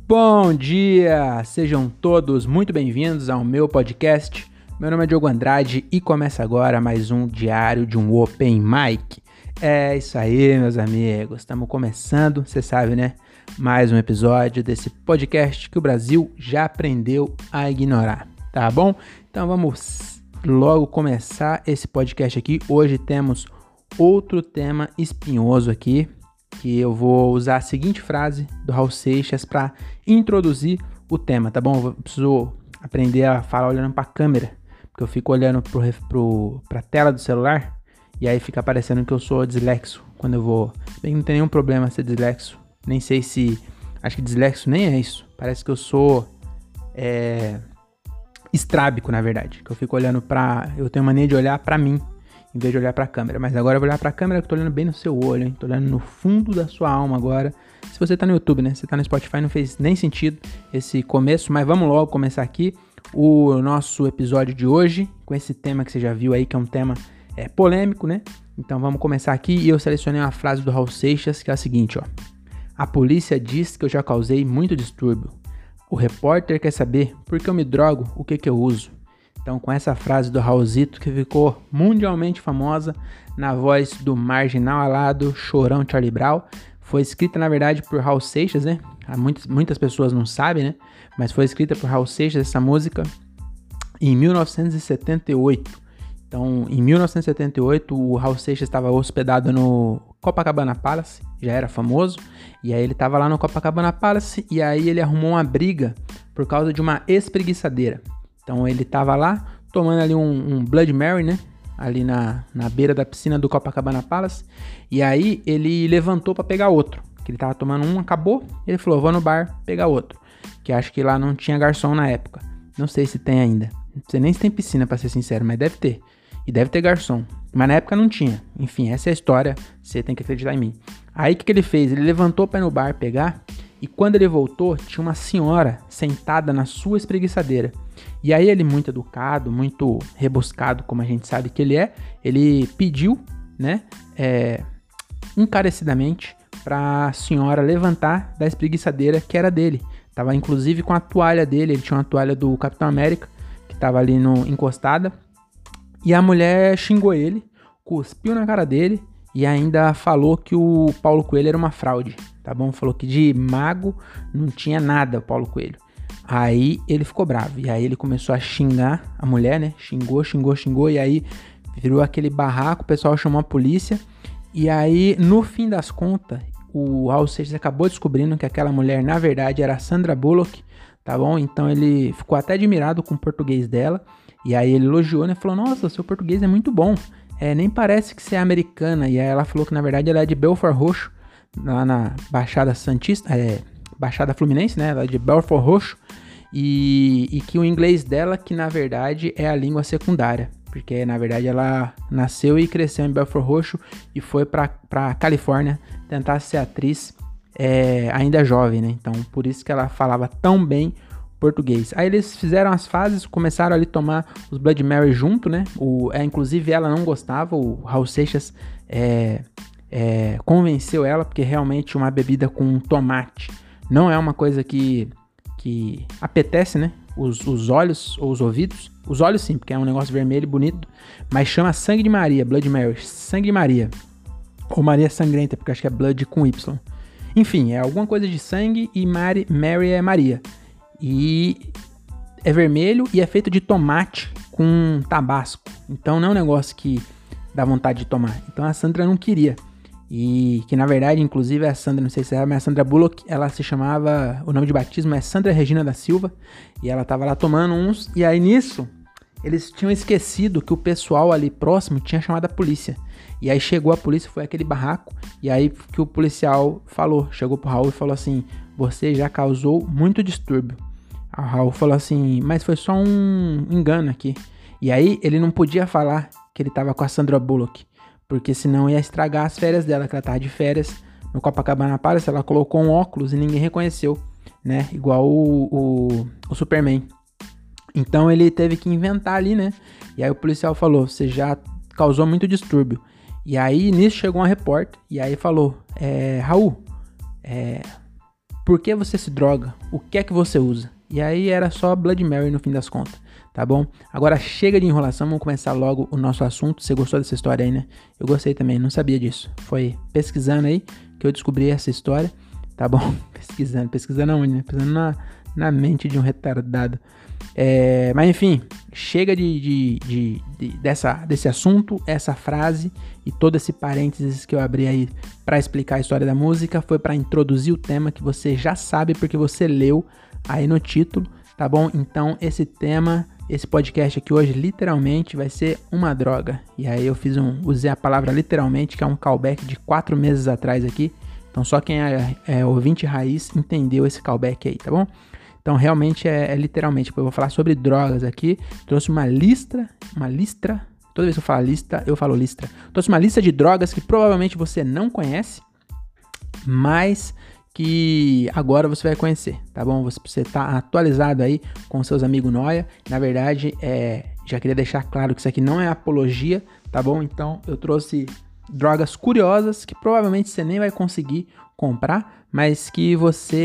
Bom dia! Sejam todos muito bem-vindos ao meu podcast. Meu nome é Diogo Andrade e começa agora mais um diário de um Open Mic. É isso aí, meus amigos. Estamos começando, você sabe, né? Mais um episódio desse podcast que o Brasil já aprendeu a ignorar, tá bom? Então vamos logo começar esse podcast aqui. Hoje temos outro tema espinhoso aqui, que eu vou usar a seguinte frase do Raul Seixas para introduzir o tema, tá bom? Eu preciso aprender a falar olhando para a câmera, porque eu fico olhando para a tela do celular e aí fica parecendo que eu sou dislexo quando eu vou. Bem, não tem nenhum problema ser dislexo, nem sei se... Acho que dislexo nem é isso, parece que eu sou estrábico, na verdade, que eu fico olhando para... Eu tenho mania de olhar para mim, em vez de olhar para a câmera. Mas agora eu vou olhar para a câmera que eu tô olhando bem no seu olho, hein? Tô olhando no fundo da sua alma agora. Se você tá no YouTube, né? Se você tá no Spotify, não fez nem sentido esse começo, mas vamos logo começar aqui o nosso episódio de hoje, com esse tema que você já viu aí, que é um tema polêmico, né? Então vamos começar aqui e eu selecionei uma frase do Raul Seixas, que é a seguinte, ó. A polícia diz que eu já causei muito distúrbio. O repórter quer saber por que eu me drogo, o que eu uso. Então, com essa frase do Raulzito, que ficou mundialmente famosa, na voz do marginal alado, chorão Charlie Brown, foi escrita, na verdade, por Raul Seixas, né? Muitas pessoas não sabem, né? Mas foi escrita por Raul Seixas, essa música, em 1978. Então, em 1978, o Raul Seixas estava hospedado no Copacabana Palace, já era famoso, e aí ele estava lá no Copacabana Palace, e aí ele arrumou uma briga por causa de uma espreguiçadeira. Então ele tava lá, tomando ali um Blood Mary, né? Ali na beira da piscina do Copacabana Palace. E aí ele levantou pra pegar outro. Que ele tava tomando um, acabou. Ele falou, vou no bar pegar outro. Que acho que lá não tinha garçom na época. Não sei se tem ainda. Não sei nem se tem piscina, pra ser sincero, mas deve ter. E deve ter garçom. Mas na época não tinha. Enfim, essa é a história. Você tem que acreditar em mim. Aí o que ele fez? Ele levantou pra ir no bar pegar. E quando ele voltou, tinha uma senhora sentada na sua espreguiçadeira. E aí ele, muito educado, muito rebuscado, como a gente sabe que ele pediu, né, encarecidamente para a senhora levantar da espreguiçadeira que era dele. Tava inclusive com a toalha dele, ele tinha uma toalha do Capitão América, que estava ali encostada. E a mulher xingou ele, cuspiu na cara dele e ainda falou que o Paulo Coelho era uma fraude, tá bom? Falou que de mago não tinha nada o Paulo Coelho. Aí ele ficou bravo, e aí ele começou a xingar a mulher, né? Xingou, e aí virou aquele barraco, o pessoal chamou a polícia, e aí, no fim das contas, o Raul Seixas acabou descobrindo que aquela mulher, na verdade, era a Sandra Bullock, tá bom? Então ele ficou até admirado com o português dela, e aí ele elogiou, né? Falou, nossa, seu português é muito bom, nem parece que você é americana, e aí ela falou que, na verdade, ela é de Belford Roxo, lá na Baixada Santista, Baixada Fluminense, né? Ela é de Belford Roxo. E que o inglês dela, que na verdade é a língua secundária. Porque na verdade ela nasceu e cresceu em Belford Roxo e foi pra Califórnia tentar ser atriz ainda jovem, né? Então por isso que ela falava tão bem português. Aí eles fizeram as fases, começaram ali a tomar os Blood Mary junto, né? Inclusive ela não gostava, o Raul Seixas convenceu ela, porque realmente uma bebida com tomate não é uma coisa que apetece, né? Os olhos ou os ouvidos. Os olhos sim, porque é um negócio vermelho e bonito. Mas chama Sangue de Maria, Blood Mary. Sangue de Maria. Ou Maria Sangrenta, porque acho que é Blood com Y. Enfim, é alguma coisa de sangue e Mary é Maria. E é vermelho e é feito de tomate com tabasco. Então não é um negócio que dá vontade de tomar. Então a Sandra não queria. E que na verdade, inclusive a Sandra, não sei se era, mas a Sandra Bullock, ela se chamava, o nome de batismo é Sandra Regina da Silva, e ela tava lá tomando uns, e aí nisso, eles tinham esquecido que o pessoal ali próximo tinha chamado a polícia, e aí chegou a polícia, foi aquele barraco, e aí que o policial chegou pro Raul e falou assim, você já causou muito distúrbio. O Raul falou assim, mas foi só um engano aqui, e aí ele não podia falar que ele tava com a Sandra Bullock, porque senão ia estragar as férias dela, que ela tava de férias no Copacabana Palace, ela colocou um óculos e ninguém reconheceu, né, igual o Superman. Então ele teve que inventar ali, né, e aí o policial falou, você já causou muito distúrbio. E aí nisso chegou uma repórter, e aí falou, Raul, Por que você se droga? O que é que você usa? E aí era só Bloody Mary no fim das contas, tá bom? Agora chega de enrolação, vamos começar logo o nosso assunto. Você gostou dessa história aí, né? Eu gostei também, não sabia disso. Foi pesquisando aí que eu descobri essa história, tá bom? Pesquisando aonde, né? Pesquisando na mente de um retardado. Mas enfim, chega desse assunto, essa frase e todo esse parênteses que eu abri aí para explicar a história da música foi para introduzir o tema que você já sabe porque você leu aí no título, tá bom? Então esse podcast aqui hoje literalmente vai ser uma droga. E aí eu usei a palavra literalmente, que é um callback de 4 meses atrás aqui. Então só quem é ouvinte raiz entendeu esse callback aí, tá bom? Então, realmente é literalmente, eu vou falar sobre drogas aqui. Trouxe uma listra. Toda vez que eu falo listra. Trouxe uma lista de drogas que provavelmente você não conhece, mas que agora você vai conhecer, tá bom? Você tá atualizado aí com seus amigos nóia. Na verdade, já queria deixar claro que isso aqui não é apologia, tá bom? Então, eu trouxe drogas curiosas que provavelmente você nem vai conseguir comprar, mas que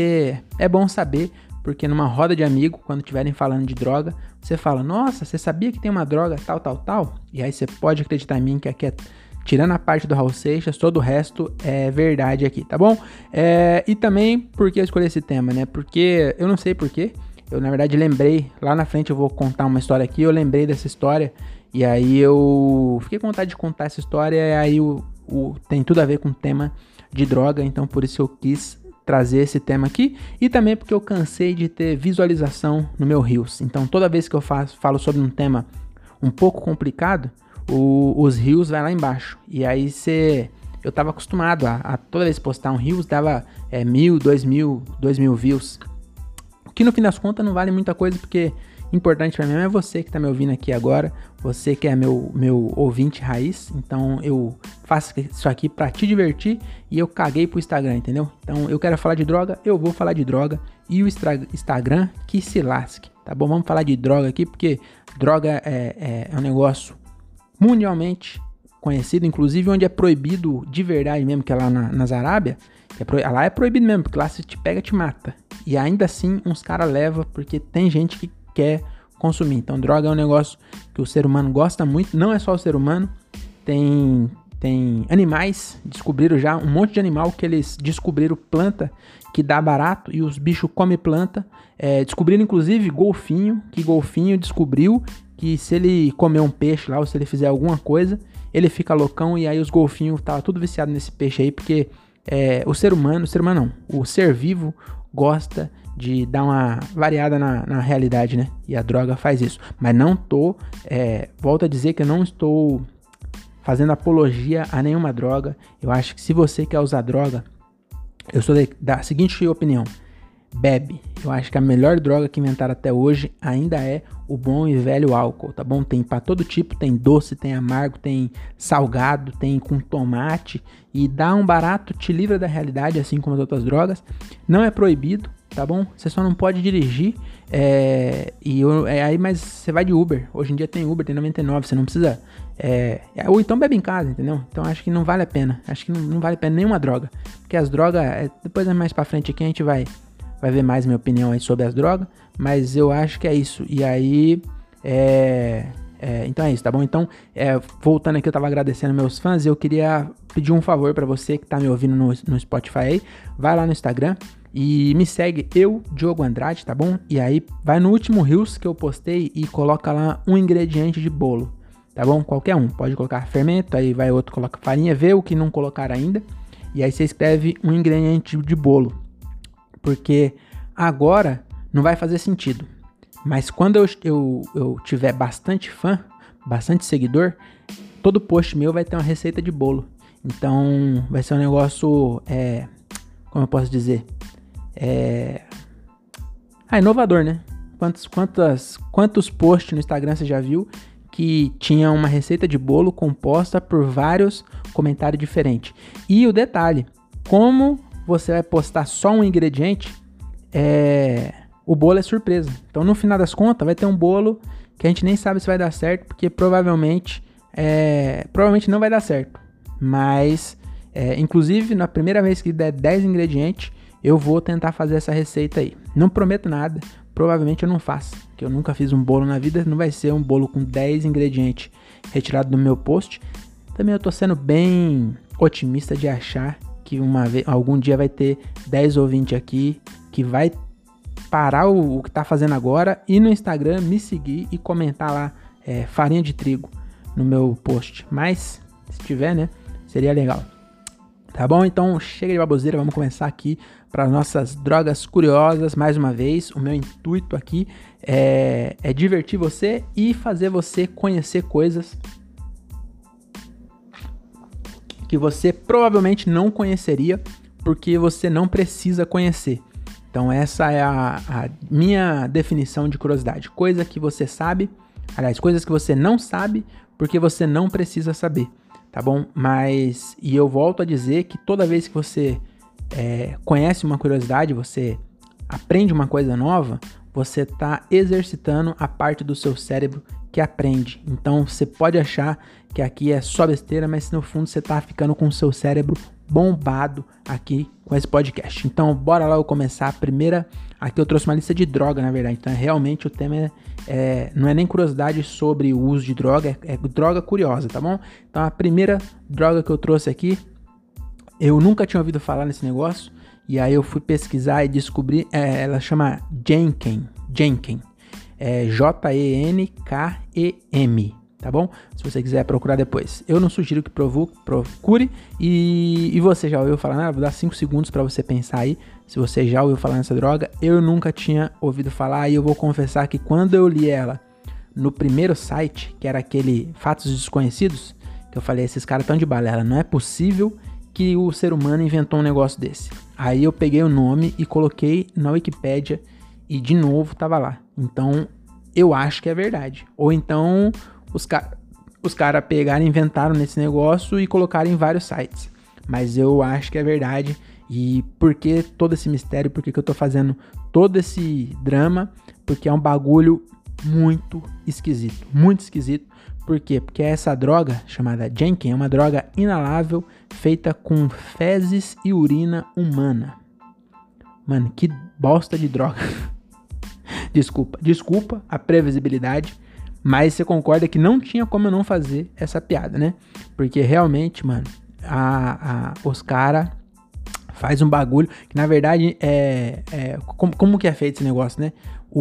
é bom saber. Porque numa roda de amigo, quando estiverem falando de droga, você fala, nossa, você sabia que tem uma droga tal? E aí você pode acreditar em mim que aqui tirando a parte do Raul Seixas, todo o resto é verdade aqui, tá bom? E também, por que eu escolhi esse tema, né? Porque, eu não sei porquê, eu na verdade lembrei, lá na frente eu vou contar uma história aqui, eu lembrei dessa história, e aí eu fiquei com vontade de contar essa história, e aí tem tudo a ver com o tema de droga, então por isso eu quis trazer esse tema aqui, e também porque eu cansei de ter visualização no meu Reels. Então toda vez que eu falo sobre um tema um pouco complicado, os Reels vai lá embaixo, e aí eu tava acostumado a toda vez postar um Reels dava 1.000, 2.000 views, o que no fim das contas não vale muita coisa, porque importante pra mim é você que tá me ouvindo aqui agora, você que é meu ouvinte raiz, então eu faço isso aqui pra te divertir e eu caguei pro Instagram, entendeu? Então eu quero falar de droga, eu vou falar de droga e o Instagram que se lasque, tá bom? Vamos falar de droga aqui porque droga é um negócio mundialmente conhecido, inclusive onde é proibido de verdade mesmo, que é lá nas Arábia, lá é proibido mesmo, porque lá se te pega te mata. E ainda assim uns caras levam porque tem gente que quer consumir. Então droga é um negócio que o ser humano gosta muito, não é só o ser humano, tem animais, descobriram já um monte de animal que eles descobriram planta que dá barato e os bichos comem planta, descobriram inclusive golfinho descobriu que se ele comer um peixe lá ou se ele fizer alguma coisa, ele fica loucão e aí os golfinhos tava tudo viciado nesse peixe aí, porque o ser vivo gosta de dar uma variada na realidade, né? E a droga faz isso. Mas volto a dizer que eu não estou fazendo apologia a nenhuma droga. Eu acho que se você quer usar droga, eu sou da seguinte opinião: bebe. Eu acho que a melhor droga que inventaram até hoje ainda é o bom e velho álcool, tá bom? Tem pra todo tipo, tem doce, tem amargo, tem salgado, tem com tomate, e dá um barato, te livra da realidade, assim como as outras drogas. Não é proibido, tá bom? Você só não pode dirigir, mas você vai de Uber. Hoje em dia tem Uber, tem 99, você não precisa... ou então bebe em casa, entendeu? Então acho que não vale a pena. Acho que não vale a pena nenhuma droga. Porque as drogas, depois mais pra frente aqui a gente vai ver mais minha opinião aí sobre as drogas, mas eu acho que é isso. E aí, então é isso, tá bom? Então, voltando aqui, eu tava agradecendo meus fãs, eu queria pedir um favor pra você que tá me ouvindo no Spotify aí, vai lá no Instagram e me segue, Diogo Andrade, tá bom? E aí, vai no último Reels que eu postei e coloca lá um ingrediente de bolo, tá bom? Qualquer um, pode colocar fermento, aí vai outro, coloca farinha, vê o que não colocar ainda, e aí você escreve um ingrediente de bolo. Porque agora não vai fazer sentido. Mas quando eu tiver bastante fã, bastante seguidor, todo post meu vai ter uma receita de bolo. Então vai ser um negócio, como eu posso dizer? Inovador, né? Quantos posts no Instagram você já viu que tinha uma receita de bolo composta por vários comentários diferentes? E o detalhe, como você vai postar só um ingrediente, o bolo é surpresa. Então no final das contas vai ter um bolo que a gente nem sabe se vai dar certo, porque provavelmente não vai dar certo. Mas inclusive na primeira vez que der 10 ingredientes, eu vou tentar fazer essa receita aí. Não prometo nada, provavelmente eu não faço, porque eu nunca fiz um bolo na vida, não vai ser um bolo com 10 ingredientes retirado do meu post. Também eu tô sendo bem otimista de achar que algum dia vai ter 10 ou 20 aqui que vai parar o que tá fazendo agora e no Instagram me seguir e comentar lá farinha de trigo no meu post. Mas, se tiver, né, seria legal. Tá bom? Então, chega de baboseira, vamos começar aqui para nossas drogas curiosas. Mais uma vez, o meu intuito aqui é divertir você e fazer você conhecer coisas que você provavelmente não conheceria, porque você não precisa conhecer. Então essa é a minha definição de curiosidade. Coisa que você sabe, aliás, coisas que você não sabe, porque você não precisa saber, tá bom? E eu volto a dizer que toda vez que você conhece uma curiosidade, você aprende uma coisa nova, você está exercitando a parte do seu cérebro que aprende. Então você pode achar que aqui é só besteira, mas no fundo você tá ficando com o seu cérebro bombado aqui com esse podcast. Então bora lá eu começar a primeira. Aqui eu trouxe uma lista de droga, na verdade. Então realmente o tema não é nem curiosidade sobre o uso de droga, é droga curiosa, tá bom? Então a primeira droga que eu trouxe aqui, eu nunca tinha ouvido falar nesse negócio, e aí eu fui pesquisar e descobri, ela chama Jenkem, Jenkem, tá bom? Se você quiser procurar depois. Eu não sugiro que procure. E você já ouviu falar? Vou dar 5 segundos para você pensar aí. Se você já ouviu falar nessa droga. Eu nunca tinha ouvido falar. E eu vou confessar que quando eu li ela no primeiro site, que era aquele Fatos Desconhecidos, que eu falei, esses caras estão de balela. Não é possível que o ser humano inventou um negócio desse. Aí eu peguei o nome e coloquei na Wikipédia. E de novo tava lá. Então eu acho que é verdade. Ou então os caras pegaram, inventaram nesse negócio e colocaram em vários sites. Mas eu acho que é verdade. E por que todo esse mistério? Por que eu tô fazendo todo esse drama? Porque é um bagulho muito esquisito. Muito esquisito. Por quê? Porque essa droga, chamada Jenkem, é uma droga inalável feita com fezes e urina humana. Mano, que bosta de droga. Desculpa a previsibilidade. Mas você concorda que não tinha como eu não fazer essa piada, né? Porque realmente, mano, os caras faz um bagulho que na verdade como que é feito esse negócio, né?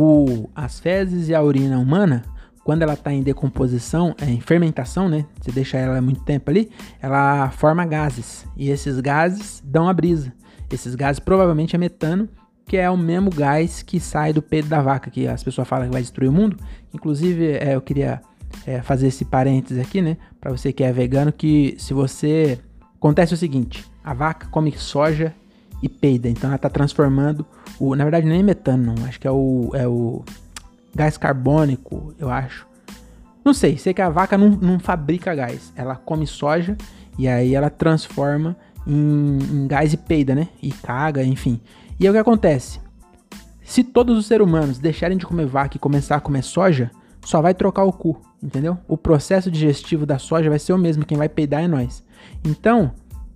As fezes e a urina humana, quando ela tá em decomposição, em fermentação, né? Você deixa ela muito tempo ali, ela forma gases. E esses gases dão a brisa. Esses gases provavelmente é metano, que é o mesmo gás que sai do peito da vaca, que as pessoas falam que vai destruir o mundo. Inclusive, eu queria fazer esse parênteses aqui, né? Pra você que é vegano, que se você... Acontece o seguinte, a vaca come soja e peida, então ela tá transformando na verdade nem é metano, não, acho que é o gás carbônico, eu acho. Não sei que a vaca não fabrica gás, ela come soja e aí ela transforma em gás e peida, né? E caga, enfim. E aí o que acontece? Se todos os seres humanos deixarem de comer vaca e começar a comer soja, só vai trocar o cu, entendeu? O processo digestivo da soja vai ser o mesmo, quem vai peidar é nós. Então,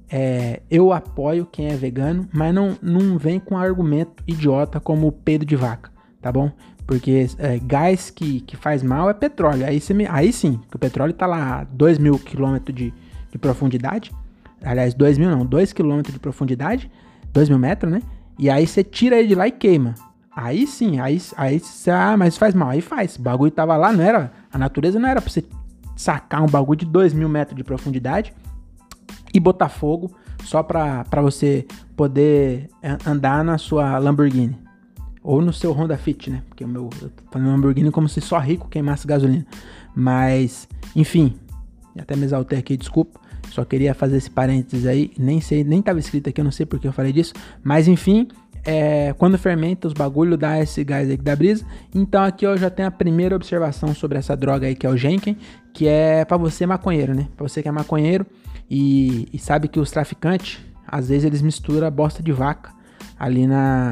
eu apoio quem é vegano, mas não vem com argumento idiota como o peido de vaca, tá bom? Porque gás que faz mal é petróleo, aí sim, que o petróleo tá lá a 2.000 km de profundidade, aliás, 2.000 não, 2 km de profundidade, 2.000 metros, né? E aí você tira ele de lá e queima. Aí sim, mas faz mal. Aí faz. O bagulho tava lá, não era... A natureza não era pra você sacar um bagulho de 2.000 metros de profundidade e botar fogo só pra você poder andar na sua Lamborghini. Ou no seu Honda Fit, né? Porque eu tô falando Lamborghini como se só rico queimasse gasolina. Mas, enfim. Até me exaltei aqui, desculpa. Só queria fazer esse parênteses aí, nem tava escrito aqui, eu não sei porque eu falei disso, mas enfim, quando fermenta os bagulho dá esse gás aí que dá brisa. Então aqui eu já tenho a primeira observação sobre essa droga aí que é o Jenkem, que é pra você maconheiro, né? Pra você que é maconheiro e sabe que os traficantes, às vezes eles misturam bosta de vaca ali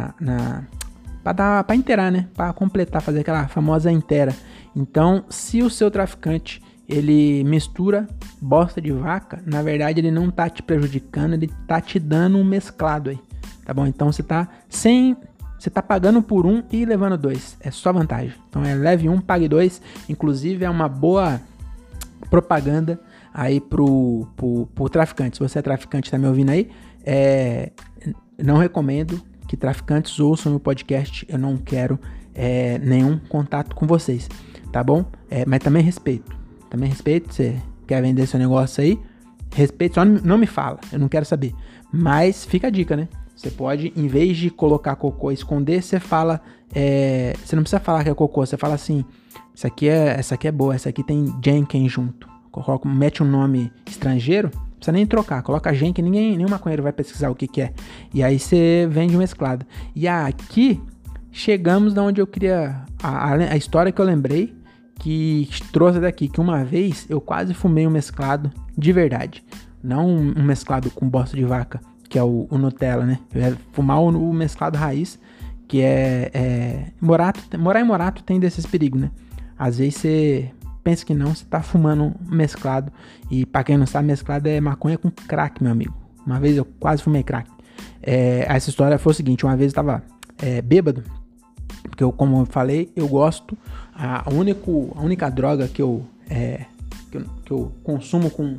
pra inteirar, né? Pra completar, fazer aquela famosa inteira. Então, se o seu traficante ele mistura bosta de vaca, na verdade ele não tá te prejudicando, ele tá te dando um mesclado aí, tá bom? Então você tá pagando por um e levando 2, é só vantagem. Então leve um, pague 2, inclusive é uma boa propaganda aí pro traficante. Se você é traficante e tá me ouvindo aí, não recomendo que traficantes ouçam o podcast, eu não quero nenhum contato com vocês, tá bom? Mas também respeito, você quer vender seu negócio aí, respeito, só não me fala, eu não quero saber. Mas fica a dica, né? Você pode, em vez de colocar cocô e esconder, você fala, você não precisa falar que é cocô, você fala assim, essa aqui é boa, essa aqui tem Jenkins junto, mete um nome estrangeiro, não precisa nem trocar, coloca Jenkins, nenhum maconheiro vai pesquisar o que é, e aí você vende um mesclado. E aqui chegamos da onde eu queria, a história que eu lembrei, que trouxe daqui, que uma vez eu quase fumei um mesclado de verdade, não um mesclado com bosta de vaca, que é o Nutella, né? Eu ia fumar o mesclado raiz, que morar em Morato tem desses perigos, né? Às vezes você pensa que não, você tá fumando mesclado, e pra quem não sabe, mesclado é maconha com crack, meu amigo. Uma vez eu quase fumei crack. Essa história foi o seguinte, uma vez eu tava bêbado, porque como eu falei, eu gosto, a única droga que eu consumo com...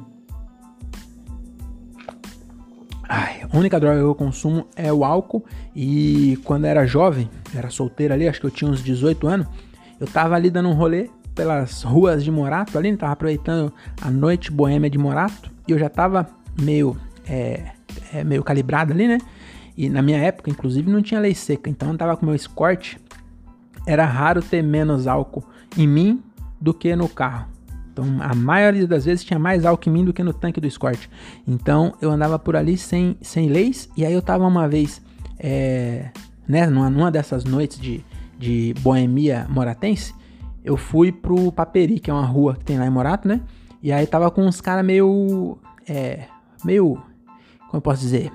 A única droga que eu consumo é o álcool, e quando eu era jovem, eu era solteiro ali, acho que eu tinha uns 18 anos, eu tava ali dando um rolê pelas ruas de Morato ali, tava aproveitando a noite boêmia de Morato, e eu já tava meio calibrado ali, né? E na minha época, inclusive, não tinha lei seca, então eu tava com meu Escort, era raro ter menos álcool em mim do que no carro. Então, a maioria das vezes tinha mais álcool em mim do que no tanque do Escort. Então, eu andava por ali sem leis. E aí, eu tava uma vez, numa dessas noites de boemia moratense, eu fui pro Paperi, que é uma rua que tem lá em Morato, né? E aí, tava com uns caras meio, como eu posso dizer?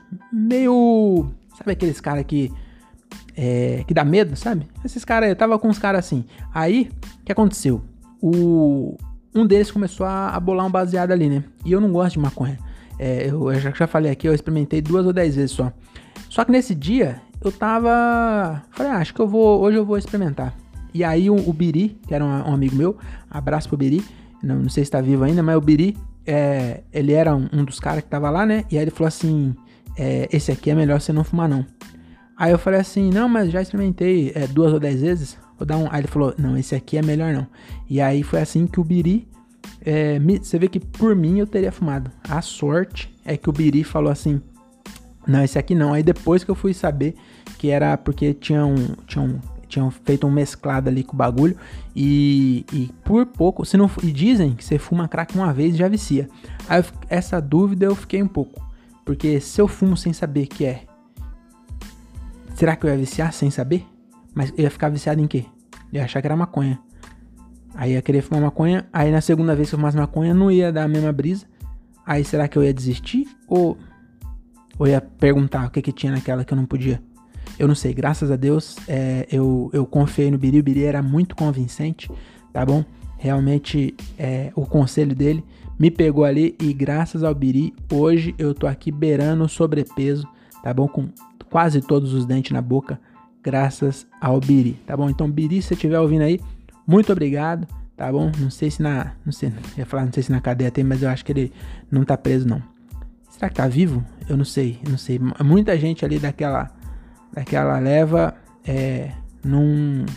Sabe aqueles caras que dá medo, sabe? Esses caras, eu tava com uns caras assim. Aí, o que aconteceu? Um deles começou a bolar um baseado ali, né? E eu não gosto de maconha. Eu já falei aqui, eu experimentei 2 ou 10 vezes só. Só que nesse dia, eu tava... Falei, acho que hoje eu vou experimentar. E aí o Biri, que era um amigo meu, abraço pro Biri, não sei se tá vivo ainda, mas o Biri, ele era um dos caras que tava lá, né? E aí ele falou assim, esse aqui é melhor você não fumar não. Aí eu falei assim, não, mas já experimentei 2 ou 10 vezes, vou dar um... Aí ele falou, não, esse aqui é melhor não. E aí foi assim que o Biri, você vê que por mim eu teria fumado. A sorte é que o Biri falou assim, não, esse aqui não. Aí depois que eu fui saber que era porque tinham feito um mesclado ali com o bagulho, e por pouco, e dizem que você fuma crack uma vez e já vicia. Aí essa dúvida eu fiquei um pouco, porque se eu fumo sem saber que será que eu ia viciar sem saber? Mas eu ia ficar viciado em quê? Eu ia achar que era maconha. Aí ia querer fumar maconha. Aí na segunda vez que eu fumasse maconha, não ia dar a mesma brisa. Aí será que eu ia desistir? Ou ia perguntar o que tinha naquela que eu não podia? Eu não sei. Graças a Deus, eu confiei no Biri. O Biri era muito convincente, tá bom? Realmente, o conselho dele me pegou ali. E graças ao Biri, hoje eu tô aqui beirando o sobrepeso, tá bom? Com quase todos os dentes na boca, graças ao Biri, tá bom? Então, Biri, se você estiver ouvindo aí, muito obrigado, tá bom? Não sei se na cadeia tem, mas eu acho que ele não tá preso, não. Será que tá vivo? Eu não sei. Muita gente ali daquela leva, não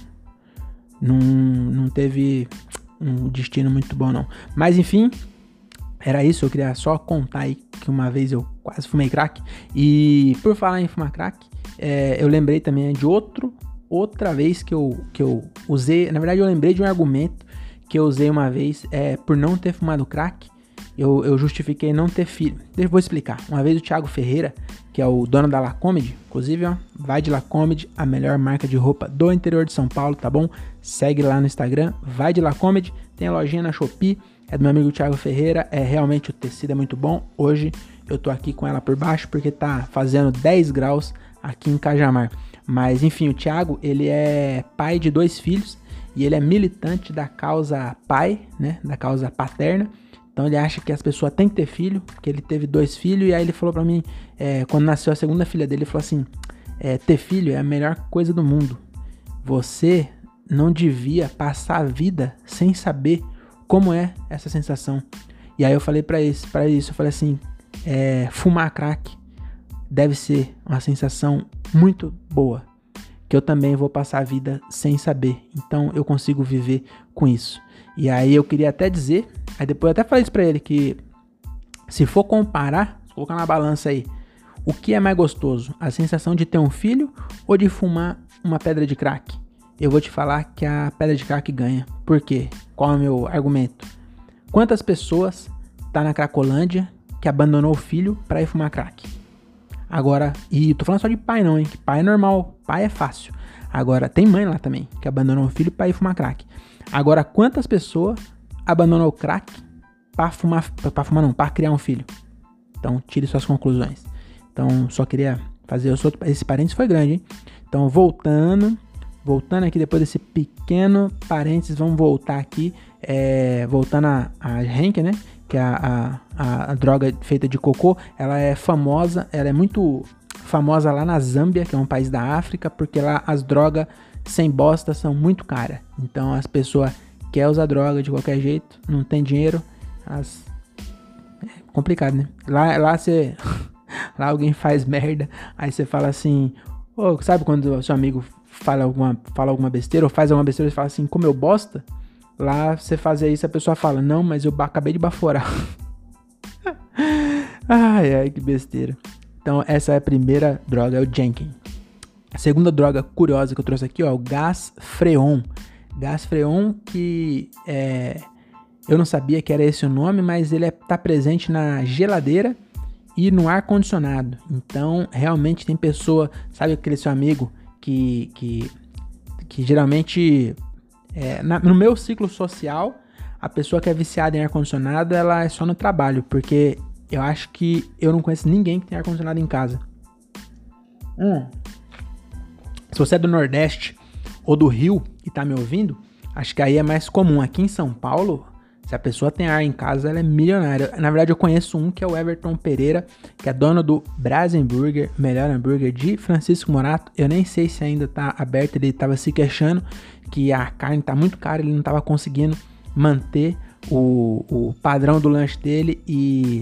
teve um destino muito bom, não. Mas, enfim, era isso, eu queria só contar aí que uma vez eu quase fumei crack. E por falar em fumar crack, eu lembrei também de outra vez que eu usei. Na verdade, eu lembrei de um argumento que eu usei uma vez, por não ter fumado crack. Eu justifiquei não ter filho. Eu vou explicar. Uma vez o Thiago Ferreira, que é o dono da Lacomedy, inclusive, ó, vai de Lacomedy, a melhor marca de roupa do interior de São Paulo, tá bom? Segue lá no Instagram, vai de Lacomedy, tem a lojinha na Shopee, é do meu amigo Thiago Ferreira, realmente o tecido é muito bom. Hoje eu tô aqui com ela por baixo porque tá fazendo 10 graus aqui em Cajamar. Mas enfim, o Thiago, ele é pai de 2 filhos e ele é militante da causa pai, né, da causa paterna. Então ele acha que as pessoas têm que ter filho, porque ele teve 2 filhos, e aí ele falou pra mim, quando nasceu a segunda filha dele, ele falou assim, ter filho é a melhor coisa do mundo. Você não devia passar a vida sem saber como é essa sensação. E aí eu falei pra isso, eu falei assim, fumar crack deve ser uma sensação muito boa, que eu também vou passar a vida sem saber, então eu consigo viver com isso. E aí eu queria até dizer, aí depois eu até falei isso pra ele, que se for comparar, colocar na balança aí, o que é mais gostoso, a sensação de ter um filho ou de fumar uma pedra de crack? Eu vou te falar que a pedra de crack ganha. Por quê? Qual é o meu argumento? Quantas pessoas tá na Cracolândia que abandonou o filho pra ir fumar crack? Agora, e tô falando só de pai não, hein? Que pai é normal, pai é fácil. Agora, tem mãe lá também que abandonou o filho pra ir fumar crack. Agora, quantas pessoas abandonam o crack pra criar um filho? Então, tire suas conclusões. Então, só queria fazer esse parênteses foi grande, hein? Então, voltando aqui depois desse pequeno parênteses, vamos voltar aqui, voltando a Henken, né? Que é a droga feita de cocô, ela é famosa, ela é muito famosa lá na Zâmbia, que é um país da África, porque lá as drogas sem bosta são muito caras. Então as pessoas querem usar droga de qualquer jeito, não tem dinheiro, é complicado, né? Lá você... lá alguém faz merda, aí você fala assim, sabe quando o seu amigo fala alguma besteira, ou faz alguma besteira e fala assim, comeu bosta? Lá você fazer isso, a pessoa fala, não, mas eu acabei de baforar. Ai, que besteira. Então essa é a primeira droga, é o Jenkin. A segunda droga curiosa que eu trouxe aqui, ó, o gás freon. Gás freon que eu não sabia que era esse o nome, mas ele tá presente na geladeira e no ar-condicionado. Então, realmente tem pessoa, sabe aquele seu amigo que geralmente, no meu ciclo social, a pessoa que é viciada em ar-condicionado, ela é só no trabalho, porque eu acho que eu não conheço ninguém que tem ar-condicionado em casa. Se você é do Nordeste ou do Rio e tá me ouvindo, acho que aí é mais comum. Aqui em São Paulo, se a pessoa tem ar em casa, ela é milionária. Na verdade, eu conheço um que é o Everton Pereira, que é dono do Brasenburger, melhor hambúrguer de Francisco Morato. Eu nem sei se ainda tá aberto, ele tava se queixando que a carne tá muito cara, ele não tava conseguindo manter o padrão do lanche dele e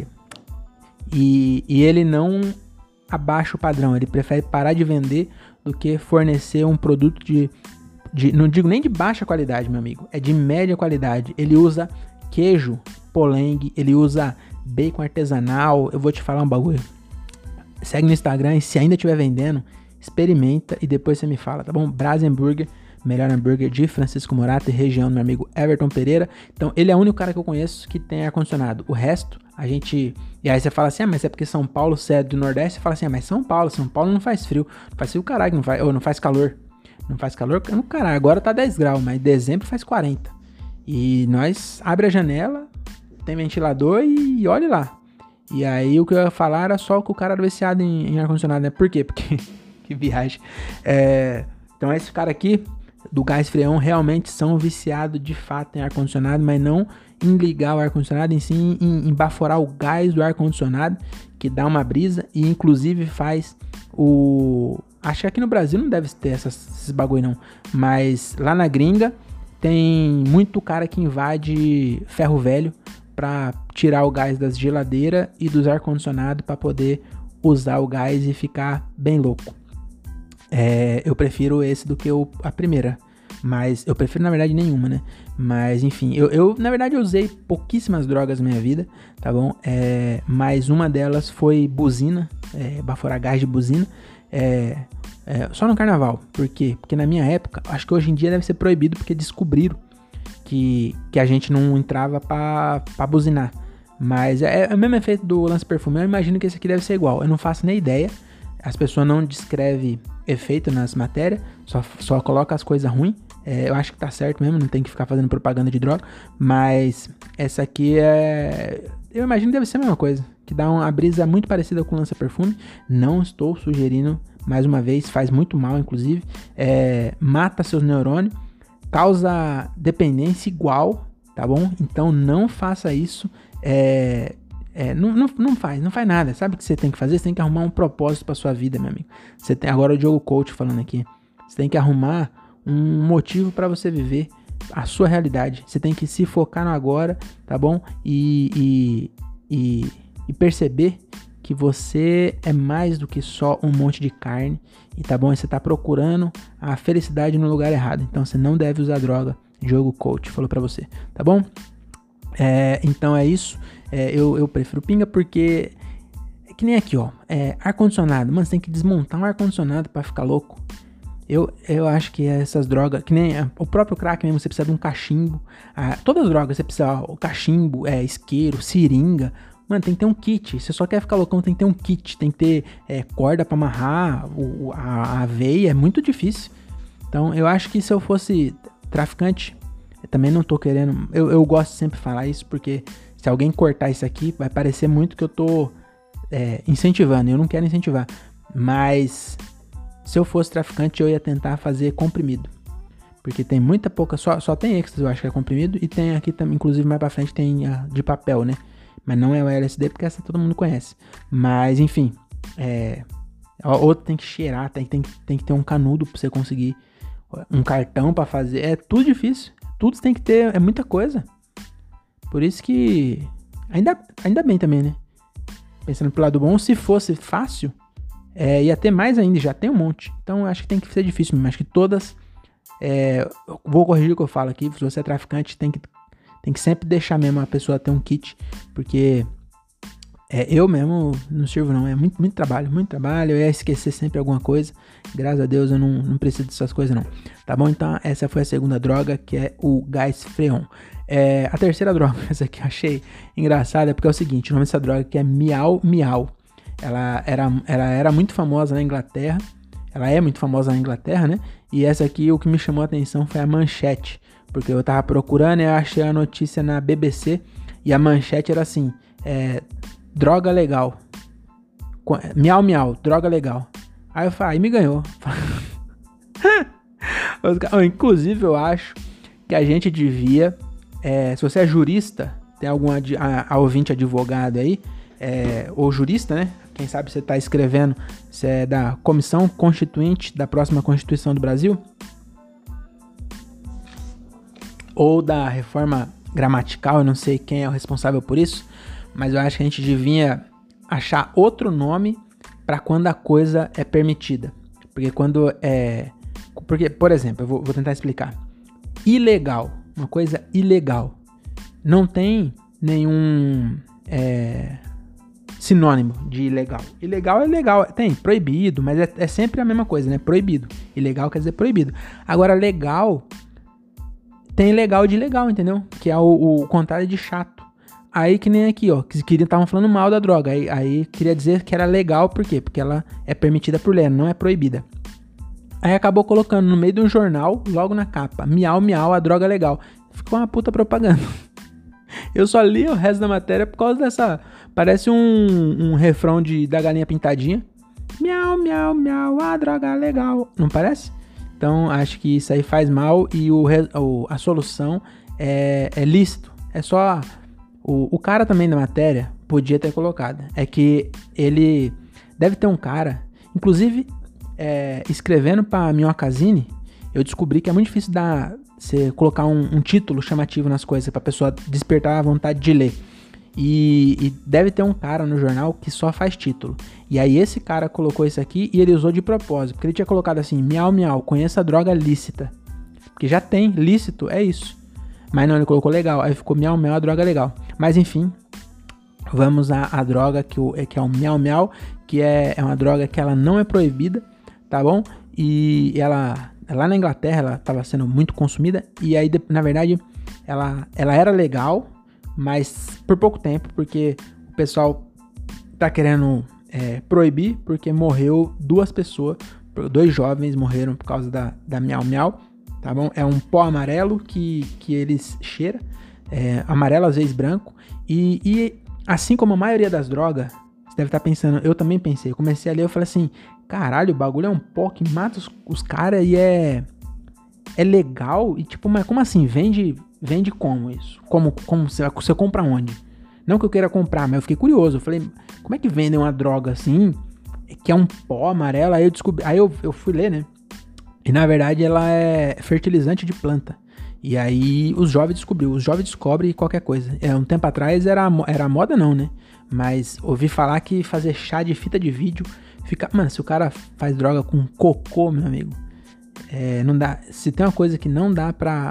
ele não abaixa o padrão, ele prefere parar de vender do que fornecer um produto não digo nem de baixa qualidade, meu amigo, é de média qualidade. Ele usa queijo Poleng, ele usa bacon artesanal. Eu vou te falar um bagulho, segue no Instagram e se ainda estiver vendendo, experimenta e depois você me fala, tá bom? Brasenburger, melhor hambúrguer de Francisco Morato e região do meu amigo Everton Pereira. Então ele é o único cara que eu conheço que tem ar-condicionado. O resto, e aí você fala assim, mas é porque São Paulo, você é do Nordeste, você fala assim, mas São Paulo não faz frio. Não faz frio, caralho, não faz calor. Não faz calor, caralho, agora tá 10 graus, mas em dezembro faz 40. E nós abre a janela, tem ventilador e olhe lá. E aí o que eu ia falar era só que o cara era viciado em ar-condicionado, né? Por quê? Porque, que viagem. Então esse cara aqui, do gás freon, realmente são viciados de fato em ar-condicionado, mas não em ligar o ar-condicionado, em sim em baforar o gás do ar-condicionado, que dá uma brisa e inclusive faz acho que aqui no Brasil não deve ter esses bagulho não, mas lá na gringa tem muito cara que invade ferro velho pra tirar o gás das geladeiras e dos ar-condicionado pra poder usar o gás e ficar bem louco. Eu prefiro esse do que a primeira, mas eu prefiro na verdade nenhuma, né? Mas enfim, eu na verdade usei pouquíssimas drogas na minha vida, tá bom? Mas uma delas foi buzina, baforar gás de buzina, só no carnaval. Por quê? Porque na minha época, acho que hoje em dia deve ser proibido, porque descobriram que a gente não entrava pra buzinar. Mas é o mesmo efeito do lança-perfume. Eu imagino que esse aqui deve ser igual. Eu não faço nem ideia. As pessoas não descrevem efeito nas matérias, só coloca as coisas ruins. Eu acho que tá certo mesmo, não tem que ficar fazendo propaganda de droga. Mas essa aqui eu imagino que deve ser a mesma coisa, que dá uma brisa muito parecida com lança-perfume. Não estou sugerindo, mais uma vez, faz muito mal, inclusive. Mata seus neurônios, causa dependência igual, tá bom? Então não faça isso. Não faz nada. Sabe o que você tem que fazer? Você tem que arrumar um propósito pra sua vida, meu amigo. Agora o Diogo Coach falando aqui. Você tem que arrumar um motivo pra você viver a sua realidade. Você tem que se focar no agora, tá bom? E perceber que você é mais do que só um monte de carne, e tá bom? E você tá procurando a felicidade no lugar errado. Então você não deve usar droga. Diogo Coach falou pra você, tá bom? Então é isso. Eu prefiro pinga porque é que nem aqui, ó. Ar-condicionado. Mano, você tem que desmontar um ar-condicionado pra ficar louco. Eu acho que essas drogas, que nem o próprio crack mesmo, você precisa de um cachimbo. Todas as drogas você precisa, o cachimbo, isqueiro, seringa. Mano, tem que ter um kit. Você só quer ficar loucão, tem que ter um kit. Tem que ter corda pra amarrar a veia. É muito difícil. Então, eu acho que se eu fosse traficante, eu também não tô querendo... Eu gosto de sempre falar isso, porque se alguém cortar isso aqui, vai parecer muito que eu tô incentivando. Eu não quero incentivar. Mas... se eu fosse traficante, eu ia tentar fazer comprimido. Porque tem muita pouca... Só tem êxtase, eu acho que é comprimido. E tem aqui também, inclusive mais pra frente, tem a de papel, né? Mas não é o LSD, porque essa todo mundo conhece. Mas, enfim. Outro tem que cheirar, tem que ter um canudo pra você conseguir. Um cartão pra fazer. É tudo difícil. Tudo tem que ter, é muita coisa. Por isso que... Ainda bem também, né? Pensando pro lado bom, se fosse fácil... ia ter mais ainda, já tem um monte. Então eu acho que tem que ser difícil mesmo. Acho que todas. Vou corrigir o que eu falo aqui. Se você é traficante, tem que sempre deixar mesmo a pessoa ter um kit. Porque eu mesmo não sirvo, não. É muito, muito trabalho, muito trabalho. Eu ia esquecer sempre alguma coisa. Graças a Deus eu não preciso dessas coisas, não. Tá bom? Então essa foi a segunda droga, que é o gás freon. A terceira droga, essa aqui eu achei engraçada, porque é o seguinte: o nome dessa droga aqui é Miau Miau. Ela era muito famosa na Inglaterra. Ela é muito famosa na Inglaterra, né? E essa aqui, o que me chamou a atenção foi a manchete. Porque eu tava procurando e eu achei a notícia na BBC. E a manchete era assim: droga legal. Miau, miau, droga legal. Aí eu falei, aí me ganhou. Inclusive, eu acho que a gente devia... se você é jurista, tem algum ouvinte advogado aí, ou jurista, né? Quem sabe você está escrevendo, você é da Comissão Constituinte da próxima Constituição do Brasil, ou da reforma gramatical, eu não sei quem é o responsável por isso, mas eu acho que a gente devia achar outro nome para quando a coisa é permitida. Porque porque, por exemplo, eu vou tentar explicar. Ilegal, uma coisa ilegal, não tem nenhum sinônimo de ilegal. Ilegal é legal, tem proibido, mas é sempre a mesma coisa, né? Proibido. Ilegal quer dizer proibido. Agora, legal, tem legal de legal, entendeu? Que é o contrário de chato. Aí que nem aqui, ó, que estavam falando mal da droga. Aí queria dizer que era legal, por quê? Porque ela é permitida por lei, não é proibida. Aí acabou colocando no meio de um jornal, logo na capa, miau, miau, a droga legal. Ficou uma puta propaganda. Eu só li o resto da matéria por causa dessa... Parece um refrão da galinha pintadinha. Miau, miau, miau, a droga legal. Não parece? Então, acho que isso aí faz mal e a solução é lícito. É só... O cara também da matéria podia ter colocado. É que ele... Deve ter um cara... Inclusive, escrevendo pra Minhocasine, eu descobri que é muito difícil você colocar um título chamativo nas coisas pra pessoa despertar a vontade de ler. E deve ter um cara no jornal que só faz título. E aí esse cara colocou isso aqui e ele usou de propósito. Porque ele tinha colocado assim, miau, miau, conheça a droga lícita. Porque já tem, lícito, é isso. Mas não, ele colocou legal. Aí ficou miau, miau, a droga legal. Mas enfim, vamos à droga que é o miau, miau. Que é uma droga que ela não é proibida, tá bom? E ela... Lá na Inglaterra ela estava sendo muito consumida. E aí, na verdade, ela era legal, mas por pouco tempo, porque o pessoal tá querendo proibir, porque morreu 2 pessoas, 2 jovens morreram por causa da miau miau, tá bom? É um pó amarelo que eles cheiram, amarelo às vezes branco, e assim como a maioria das drogas, você deve estar pensando, eu também pensei, eu comecei a ler, eu falei assim, caralho, o bagulho é um pó que mata os caras e é legal, e tipo, mas como assim, vende como isso? Como você compra onde? Não que eu queira comprar, mas eu fiquei curioso. Eu falei, como é que vendem uma droga assim, que é um pó amarelo? Aí eu descobri, aí eu fui ler, né? E na verdade ela é fertilizante de planta. E aí os jovens descobrem qualquer coisa. Um tempo atrás era moda não, né? Mas ouvi falar que fazer chá de fita de vídeo fica... Mano, se o cara faz droga com cocô, meu amigo, não dá... Se tem uma coisa que não dá pra...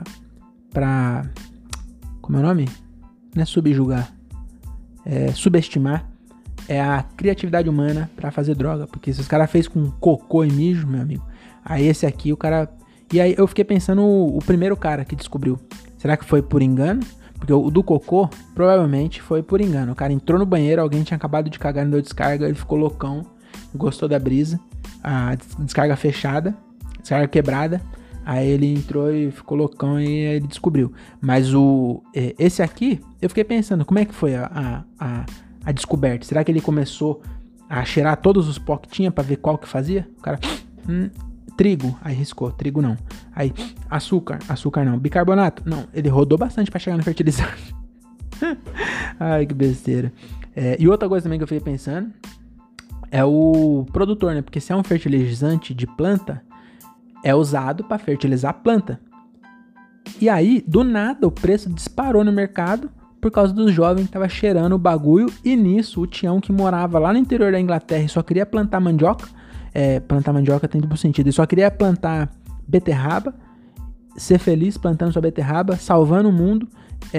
Como é o nome? Não é subjugar. Subestimar. É a criatividade humana pra fazer droga. Porque se os caras fez com cocô e mijo, meu amigo, aí esse aqui o cara... E aí eu fiquei pensando o primeiro cara que descobriu. Será que foi por engano? Porque o do cocô provavelmente foi por engano. O cara entrou no banheiro, alguém tinha acabado de cagar, não deu descarga, ele ficou loucão, gostou da brisa, a descarga fechada, descarga quebrada. Aí ele entrou e ficou loucão e ele descobriu. Mas esse aqui, eu fiquei pensando, como é que foi a descoberta? Será que ele começou a cheirar todos os pó que tinha pra ver qual que fazia? O cara... trigo, aí riscou, trigo não. Aí, açúcar não. Bicarbonato, não. Ele rodou bastante pra chegar no fertilizante. Ai, que besteira. E outra coisa também que eu fiquei pensando é o produtor, né? Porque se é um fertilizante de planta, é usado pra fertilizar a planta. E aí, do nada, o preço disparou no mercado por causa dos jovens que tava cheirando o bagulho. E nisso, o Tião que morava lá no interior da Inglaterra e só queria plantar mandioca. Plantar mandioca tem duplo sentido. Ele só queria plantar beterraba, ser feliz plantando sua beterraba, salvando o mundo,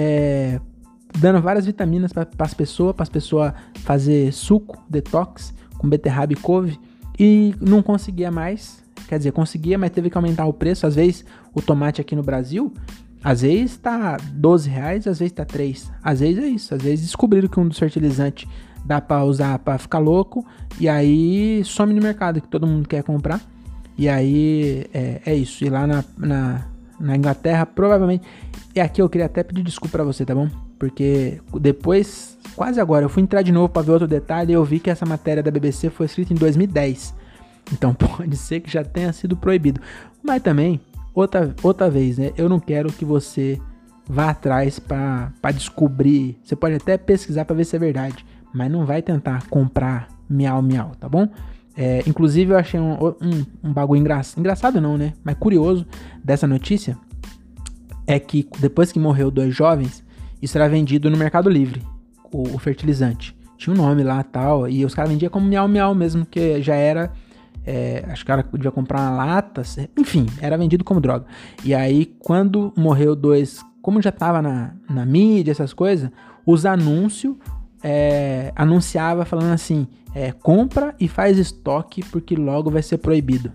dando várias vitaminas para as pessoas fazer suco, detox, com beterraba e couve, e não conseguia mais. Quer dizer, conseguia, mas teve que aumentar o preço. Às vezes, o tomate aqui no Brasil, às vezes tá R$12, às vezes tá 3. Às vezes é isso. Às vezes descobriram que um dos fertilizantes dá pra usar pra ficar louco, e aí some no mercado, que todo mundo quer comprar, e aí é isso. E lá na Inglaterra, provavelmente, e aqui eu queria até pedir desculpa pra você, tá bom? Porque depois, quase agora, eu fui entrar de novo pra ver outro detalhe, e eu vi que essa matéria da BBC foi escrita em 2010, então pode ser que já tenha sido proibido. Mas também, outra vez, né, eu não quero que você vá atrás pra descobrir. Você pode até pesquisar pra ver se é verdade, mas não vai tentar comprar miau, tá bom? Inclusive eu achei um bagulho engraçado não, né? Mas curioso dessa notícia é que depois que morreu 2 jovens, isso era vendido no Mercado Livre, o fertilizante. Tinha um nome lá e tal, e os caras vendiam como miau mesmo, que já era... acho que o cara podia comprar uma lata, enfim, era vendido como droga. E aí, quando morreu 2, como já tava na mídia, essas coisas, os anúncios... anunciava falando assim, compra e faz estoque porque logo vai ser proibido.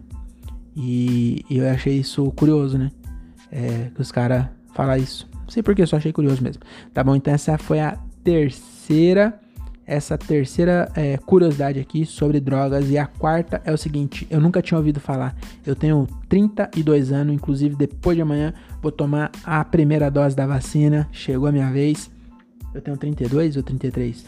E eu achei isso curioso, né? Que os caras falam isso. Não sei porquê, só achei curioso mesmo. Tá bom, então essa foi a terceira curiosidade aqui sobre drogas. E a quarta é o seguinte, eu nunca tinha ouvido falar. Eu tenho 32 anos, inclusive depois de amanhã vou tomar a primeira dose da vacina. Chegou a minha vez. Eu tenho 32 ou 33?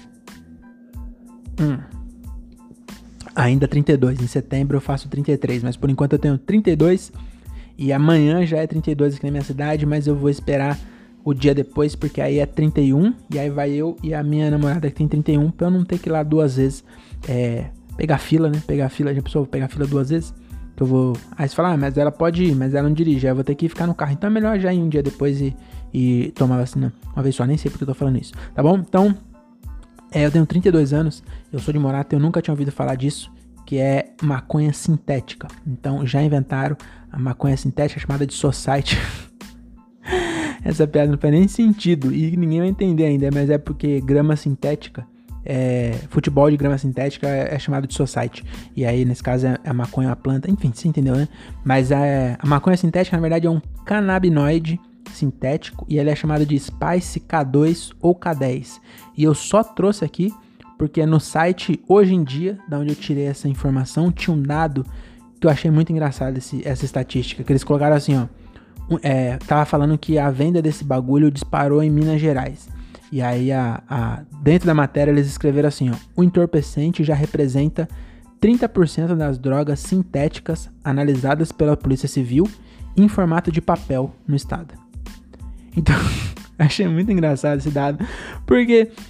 Ainda 32. Em setembro eu faço 33. Mas por enquanto eu tenho 32. E amanhã já é 32 aqui na minha cidade. Mas eu vou esperar o dia depois. Porque aí é 31. E aí vai eu e a minha namorada que tem 31. Pra eu não ter que ir lá 2 vezes. Pegar fila, né? Já pensou pegar fila 2 vezes? Que eu vou... Aí você fala, mas ela pode ir. Mas ela não dirige. Aí eu vou ter que ficar no carro. Então é melhor já ir um dia depois e tomar vacina uma vez só, nem sei porque eu tô falando isso, tá bom? Então, eu tenho 32 anos, eu sou de Morata, eu nunca tinha ouvido falar disso, que é maconha sintética. Então, já inventaram a maconha sintética chamada de Society. Essa piada não faz nem sentido e ninguém vai entender ainda, mas é porque grama sintética, futebol de grama sintética é chamado de Society. E aí, nesse caso, é a maconha, a planta, enfim, você entendeu, né? Mas a maconha sintética, na verdade, é um canabinoide sintético e ele é chamado de Spice K2 ou K10. E eu só trouxe aqui porque no site Hoje em Dia, da onde eu tirei essa informação, tinha um dado que eu achei muito engraçado, essa estatística, que eles colocaram assim, ó, tava falando que a venda desse bagulho disparou em Minas Gerais. E aí, dentro da matéria, eles escreveram assim, ó, o entorpecente já representa 30% das drogas sintéticas analisadas pela Polícia Civil em formato de papel no estado. Então, achei muito engraçado esse dado, porque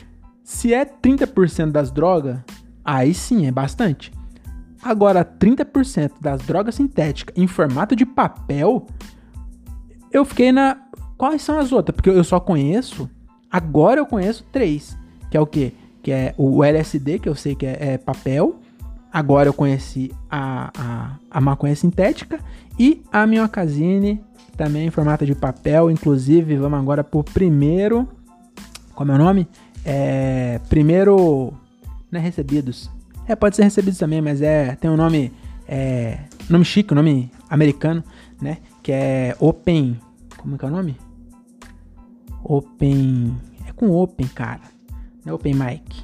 Se é 30% das drogas, aí sim, é bastante. Agora, 30% das drogas sintéticas em formato de papel, eu fiquei na... Quais são as outras? Porque eu só conheço... Agora eu conheço 3. Que é o quê? Que é o LSD, que eu sei que é papel. Agora eu conheci a maconha sintética. E a minhocasine, também em formato de papel. Inclusive, vamos agora pro primeiro... Como é o nome? Primeiro... Não é recebidos. Pode ser recebidos também, mas tem um nome... nome chique, um nome americano, né? Que é Open... Como é que é o nome? Open... É com Open, cara. Não é Open Mic.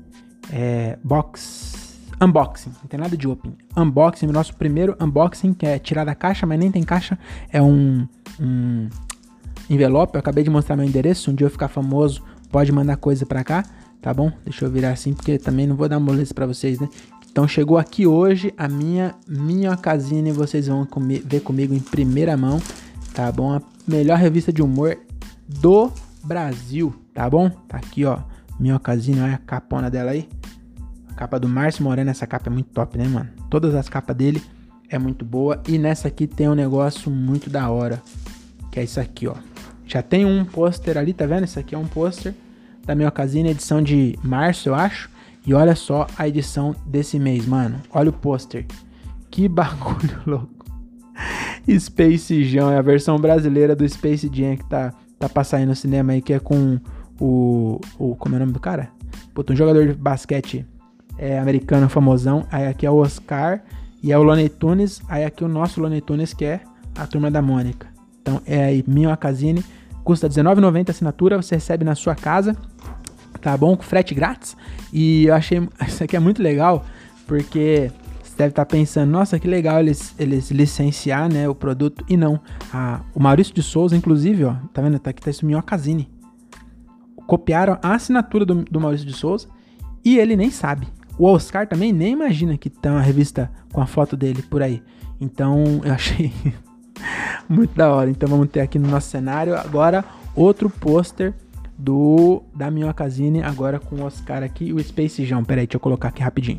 Unboxing. Não tem nada de Open. Unboxing, nosso primeiro unboxing, que é tirar da caixa, mas nem tem caixa. É um envelope. Eu acabei de mostrar meu endereço. Um dia eu ficar famoso, pode mandar coisa pra cá, tá bom? Deixa eu virar assim, porque também não vou dar moleza pra vocês, né? Então chegou aqui hoje a minhocasine. Vocês vão ver comigo em primeira mão, tá bom? A melhor revista de humor do Brasil, tá bom? Tá aqui, ó, minhocasine, olha a capona dela aí. A capa do Márcio Moreno, essa capa é muito top, né, mano? Todas as capas dele é muito boa. E nessa aqui tem um negócio muito da hora, que é isso aqui, ó. Já tem um pôster ali, tá vendo? Isso aqui é um pôster da minhocasine, edição de março, eu acho. E olha só a edição desse mês, mano. Olha o pôster. Que bagulho louco. Space Jam, é a versão brasileira do Space Jam que tá pra sair no cinema aí, que é com o como é o nome do cara? Puta, um jogador de basquete americano famosão. Aí aqui é o Oscar e é o Looney Tunes. Aí aqui o nosso Looney Tunes, que é a Turma da Mônica. Então é aí, minhocasine. Custa R$19,90 a assinatura, você recebe na sua casa, tá bom? Com frete grátis. E eu achei isso aqui é muito legal, porque você deve estar pensando, nossa, que legal eles licenciar, né, o produto. E não, o Maurício de Souza, inclusive, ó, tá vendo? Tá aqui, tá isso, minhocasine. Copiaram a assinatura do Maurício de Souza e ele nem sabe. O Oscar também nem imagina que tá uma revista com a foto dele por aí. Então eu achei muito da hora. Então vamos ter aqui no nosso cenário agora outro pôster da minhocasine, agora com o Oscar aqui e o Space Jam. Pera aí, deixa eu colocar aqui rapidinho.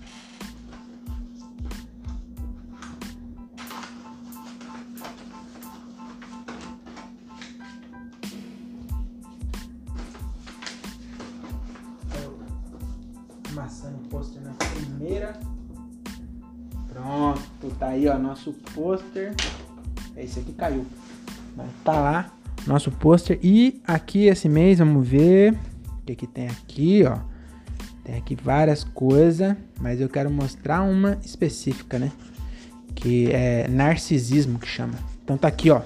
Amassando o pôster na primeira. Pronto, tá aí, ó, nosso pôster. Esse aqui caiu, mas tá lá nosso pôster. E aqui esse mês, vamos ver o que tem aqui, ó. Tem aqui várias coisas, mas eu quero mostrar uma específica, né? Que é narcisismo, que chama. Então tá aqui, ó.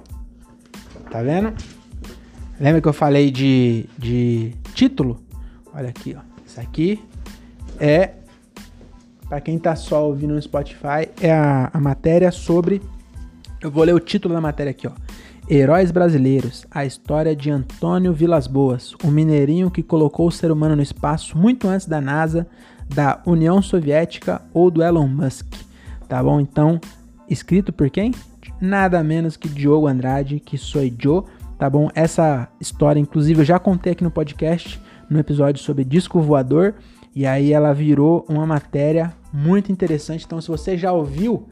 Tá vendo? Lembra que eu falei de título? Olha aqui, ó. Isso aqui é, pra quem tá só ouvindo no Spotify, é a matéria sobre... Eu vou ler o título da matéria aqui, ó. Heróis Brasileiros, a história de Antônio Vilas Boas, o mineirinho que colocou o ser humano no espaço muito antes da NASA, da União Soviética ou do Elon Musk, tá bom? Então, escrito por quem? Nada menos que Diogo Andrade, que sou Joe, tá bom? Essa história, inclusive, eu já contei aqui no podcast, no episódio sobre disco voador, e aí ela virou uma matéria muito interessante. Então, se você já ouviu,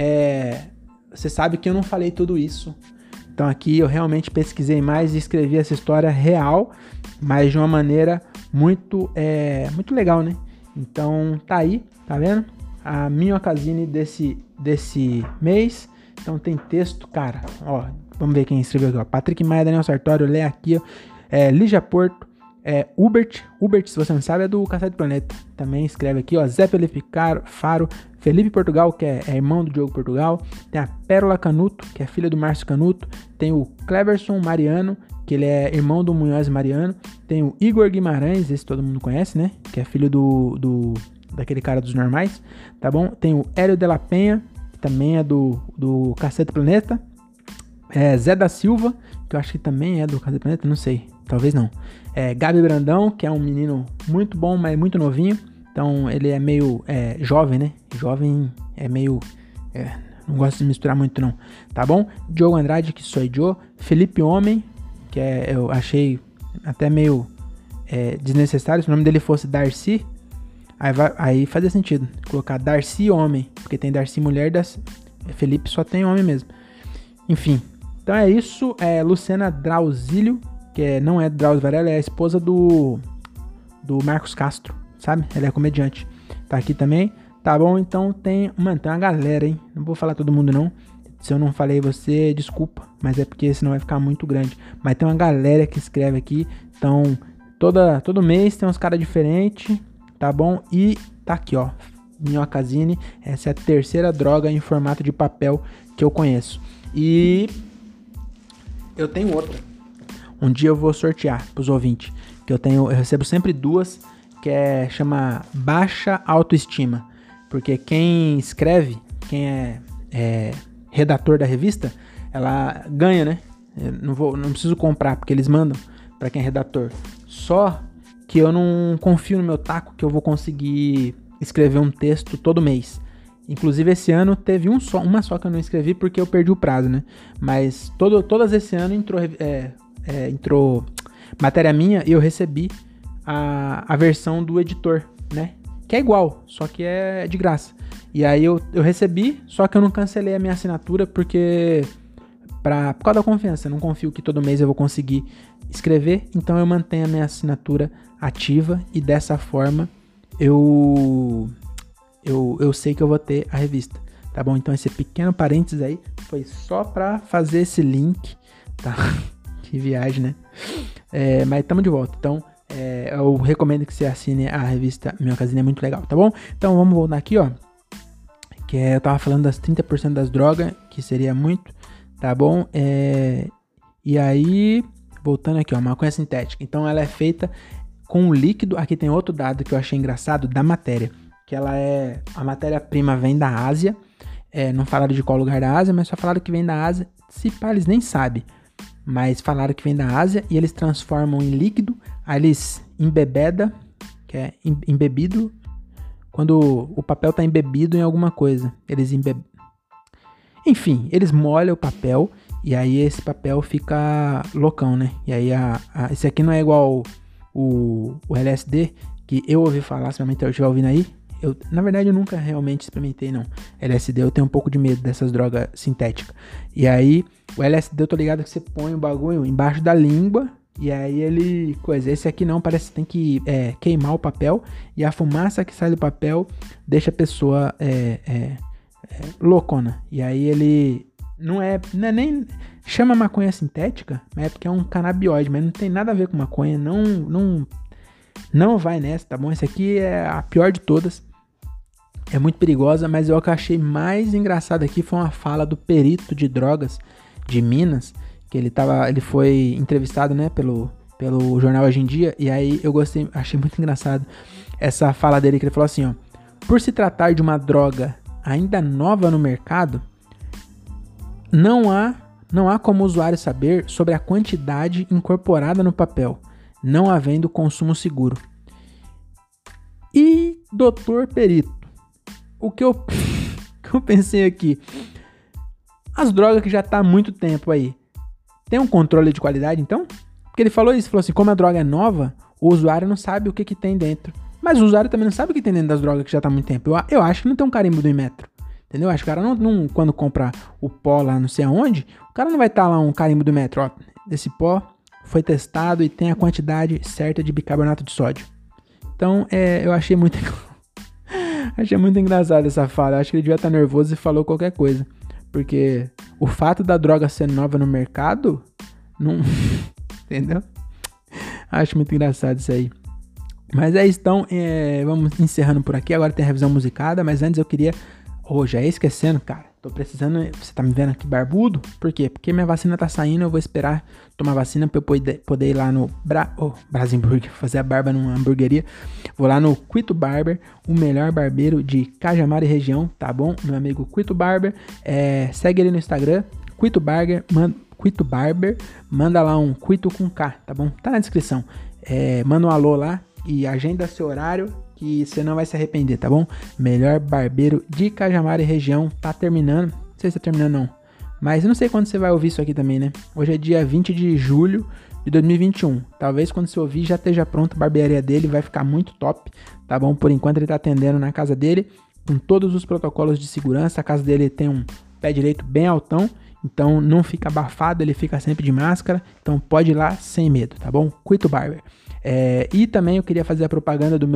você sabe que eu não falei tudo isso. Então aqui eu realmente pesquisei mais e escrevi essa história real, mas de uma maneira muito legal, né? Então tá aí, tá vendo? A minhocasine desse mês. Então tem texto, cara, ó, vamos ver quem escreveu aqui, ó. Patrick Maia, Daniel Sartório, lê aqui, ó. Lígia Porto, Hubert, se você não sabe, é do Cacete do Planeta. Também escreve aqui, ó. Zé Felipe Faro, Felipe Portugal, que é irmão do Diogo Portugal. Tem a Pérola Canuto, que é filha do Márcio Canuto. Tem o Cleverson Mariano, que ele é irmão do Munhoz Mariano. Tem o Igor Guimarães, esse todo mundo conhece, né? Que é filho daquele cara dos normais, tá bom? Tem o Hélio de la Penha, que também é do Cacete do Planeta. Zé da Silva, que eu acho que também é do Cacete do Planeta, não sei, talvez não. Gabi Brandão, que é um menino muito bom, mas muito novinho. Então ele é meio jovem, né? Jovem é meio... não gosto de misturar muito não, tá bom? Diogo Andrade, que sou Joe. Felipe Homem, que eu achei até meio desnecessário. Se o nome dele fosse Darcy, aí fazia sentido colocar Darcy homem, porque tem Darcy mulher, Felipe só tem homem mesmo. Enfim, então é isso. Luciana Drauzílio, que não é Drauzio Varela, é a esposa do Marcos Castro, sabe? Ela é comediante. Tá aqui também, tá bom? Então tem uma galera, hein? Não vou falar todo mundo não. Se eu não falei você, desculpa, mas é porque senão vai ficar muito grande. Mas tem uma galera que escreve aqui, então todo mês tem uns caras diferentes, tá bom? E tá aqui, ó, Minhocazine, essa é a terceira droga em formato de papel que eu conheço. E eu tenho outra. Um dia eu vou sortear pros ouvintes, que eu recebo sempre duas, que chama Baixa Autoestima, porque quem escreve, quem é redator da revista, ela ganha, né? Eu não preciso comprar, porque eles mandam pra quem é redator. Só que eu não confio no meu taco que eu vou conseguir escrever um texto todo mês. Inclusive esse ano teve uma só que eu não escrevi porque eu perdi o prazo, né? Mas todas esse ano entrou matéria minha e eu recebi a versão do editor, né? Que é igual, só que é de graça. E aí eu recebi, só que eu não cancelei a minha assinatura porque por causa da confiança. Eu não confio que todo mês eu vou conseguir escrever, então eu mantenho a minha assinatura ativa e dessa forma eu sei que eu vou ter a revista, tá bom? Então esse pequeno parênteses aí foi só pra fazer esse link, tá? Que viagem, né? Mas tamo de volta, então eu recomendo que você assine a revista Minhocazine, é muito legal, tá bom? Então vamos voltar aqui, ó, que eu tava falando das 30% das drogas, que seria muito, tá bom? E aí, voltando aqui, ó, maconha sintética, então ela é feita com um líquido. Aqui tem outro dado que eu achei engraçado da matéria, que a matéria-prima vem da Ásia, não falaram de qual lugar da Ásia, mas só falaram que vem da Ásia. Se pá, eles nem sabem, mas falaram que vem da Ásia e eles transformam em líquido, aí eles embebedam, que é embebido, quando o papel tá embebido em alguma coisa, enfim, eles molham o papel e aí esse papel fica loucão, né? E aí esse aqui não é igual o LSD, que eu ouvi falar, se minha mãe estiver ouvindo aí. Na verdade, eu nunca realmente experimentei, não. LSD, eu tenho um pouco de medo dessas drogas sintéticas. E aí, o LSD, eu tô ligado que você põe o bagulho embaixo da língua, e aí esse aqui não, parece que tem que queimar o papel, e a fumaça que sai do papel deixa a pessoa loucona. E aí ele não é nem... Chama maconha sintética, mas é porque é um canabióide, mas não tem nada a ver com maconha, não vai nessa, tá bom? Essa aqui é a pior de todas. É muito perigosa, mas o que eu achei mais engraçado aqui foi uma fala do perito de drogas de Minas, que ele foi entrevistado, né, pelo jornal Hoje em Dia, e aí eu achei muito engraçado essa fala dele, que ele falou assim, ó: por se tratar de uma droga ainda nova no mercado, não há como o usuário saber sobre a quantidade incorporada no papel, não havendo consumo seguro. E doutor perito, o que eu pensei aqui, as drogas que já tá há muito tempo aí, tem um controle de qualidade então? Porque ele falou assim, como a droga é nova, o usuário não sabe o que tem dentro. Mas o usuário também não sabe o que tem dentro das drogas que já tá há muito tempo. Eu acho que não tem um carimbo do Inmetro, entendeu? Acho que o cara não quando compra o pó lá não sei aonde, o cara não vai estar lá um carimbo do Inmetro, ó, desse pó foi testado e tem a quantidade certa de bicarbonato de sódio. Então, eu achei muito engraçado essa fala. Eu acho que ele devia estar nervoso e falou qualquer coisa. Porque o fato da droga ser nova no mercado, não... Entendeu? Acho muito engraçado isso aí. Mas é isso, então, vamos encerrando por aqui. Agora tem a revisão musicada, mas antes eu queria... já ia esquecendo, cara. Tô precisando... Você tá me vendo aqui barbudo? Por quê? Porque minha vacina tá saindo, eu vou esperar tomar vacina pra eu poder ir lá no Brasimburger, fazer a barba numa hamburgueria. Vou lá no Quito Barber, o melhor barbeiro de Cajamar e região, tá bom? Meu amigo Quito Barber. Segue ele no Instagram, Quito Barber, manda lá um Quito com K, tá bom? Tá na descrição. Manda um alô lá e agenda seu horário, que você não vai se arrepender, tá bom? Melhor barbeiro de Cajamar e região, tá terminando. Não sei se tá terminando não, Mas eu não sei quando você vai ouvir isso aqui também, né? Hoje é dia 20 de julho de 2021. Talvez quando você ouvir já esteja pronto a barbearia dele, vai ficar muito top, tá bom? Por enquanto ele tá atendendo na casa dele, com todos os protocolos de segurança. A casa dele tem um pé direito bem altão, então não fica abafado, ele fica sempre de máscara. Então pode ir lá sem medo, tá bom? Cuito Barber. E também eu queria fazer a propaganda dos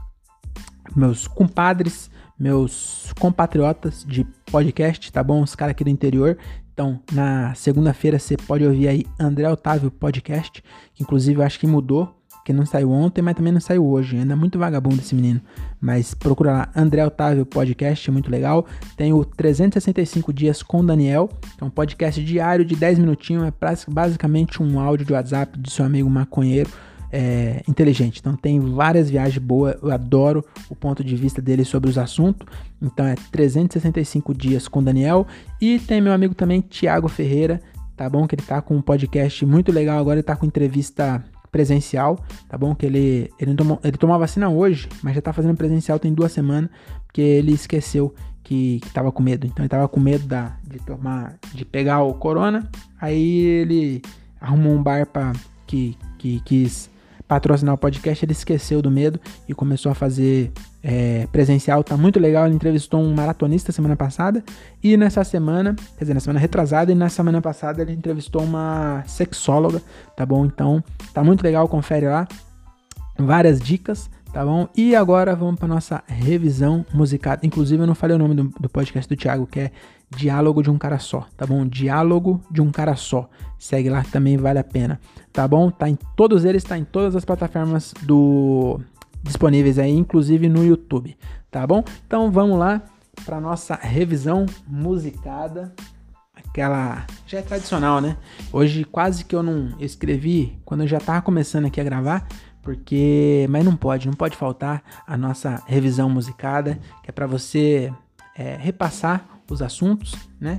meus compadres, meus compatriotas de podcast, tá bom? Os caras aqui do interior. Então, na segunda-feira você pode ouvir aí André Otávio Podcast, que inclusive eu acho que mudou, que não saiu ontem, mas também não saiu hoje. Ainda é muito vagabundo esse menino. Mas procura lá, André Otávio Podcast, muito legal. Tem o 365 Dias com Daniel, que é um podcast diário de 10 minutinhos, é basicamente um áudio de WhatsApp de seu amigo maconheiro, inteligente. Então tem várias viagens boas, eu adoro o ponto de vista dele sobre os assuntos. Então é 365 Dias com Daniel. E tem meu amigo também, Thiago Ferreira, tá bom? Que ele tá com um podcast muito legal agora, ele tá com entrevista presencial, tá bom? Que ele tomou a vacina hoje, mas já tá fazendo presencial tem 2 semanas, porque ele esqueceu que tava com medo. Então ele tava com medo de pegar o corona, aí ele arrumou um bar que quis patrocinar o podcast, ele esqueceu do medo e começou a fazer presencial, tá muito legal. Ele entrevistou um maratonista semana passada e na semana retrasada, e na semana passada ele entrevistou uma sexóloga, tá bom? Então tá muito legal, confere lá, várias dicas, tá bom? E agora vamos para nossa revisão musicada. Inclusive eu não falei o nome do podcast do Thiago, que é Diálogo de um Cara Só, tá bom? Diálogo de um Cara Só. Segue lá que também vale a pena, tá bom? Tá em todos eles, tá em todas as plataformas disponíveis aí, inclusive no YouTube, tá bom? Então vamos lá para nossa revisão musicada. Aquela já é tradicional, né? Hoje quase que eu não escrevi quando eu já tava começando aqui a gravar, mas não pode faltar a nossa revisão musicada, que é para você repassar os assuntos, né?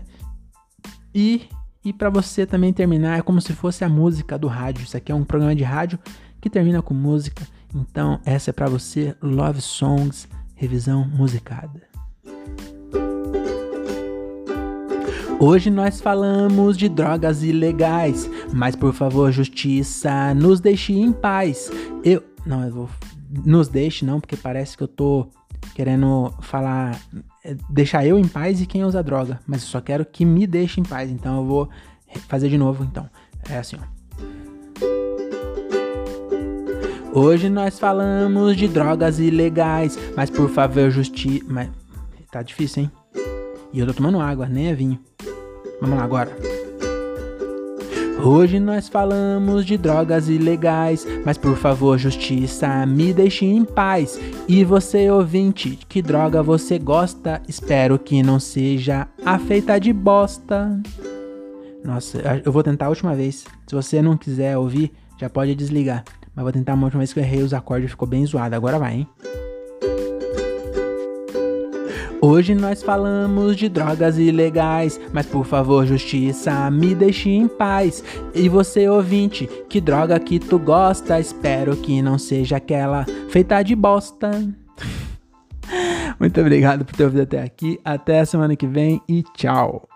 E para você também terminar, é como se fosse a música do rádio. Isso aqui é um programa de rádio que termina com música. Então essa é para você, Love Songs, revisão musicada. Hoje nós falamos de drogas ilegais, mas por favor, justiça, nos deixe em paz. Nos deixe não, porque parece que eu tô querendo falar, deixar eu em paz e quem usa droga, mas eu só quero que me deixe em paz, então eu vou fazer de novo, então, é assim, ó. Hoje nós falamos de drogas ilegais, mas por favor, justiça... Mas tá difícil, hein? E eu tô tomando água, nem é vinho. Vamos lá agora. Hoje nós falamos de drogas ilegais, mas por favor, justiça, me deixe em paz. E você, ouvinte, que droga você gosta? Espero que não seja a feita de bosta. Nossa, eu vou tentar a última vez. Se você não quiser ouvir, já pode desligar. Mas vou tentar uma última vez que eu errei os acordes, ficou bem zoado. Agora vai, hein? Hoje nós falamos de drogas ilegais, mas por favor, justiça, me deixe em paz. E você, ouvinte, que droga que tu gosta? Espero que não seja aquela feita de bosta. Muito obrigado por ter ouvido até aqui. Até a semana que vem e tchau.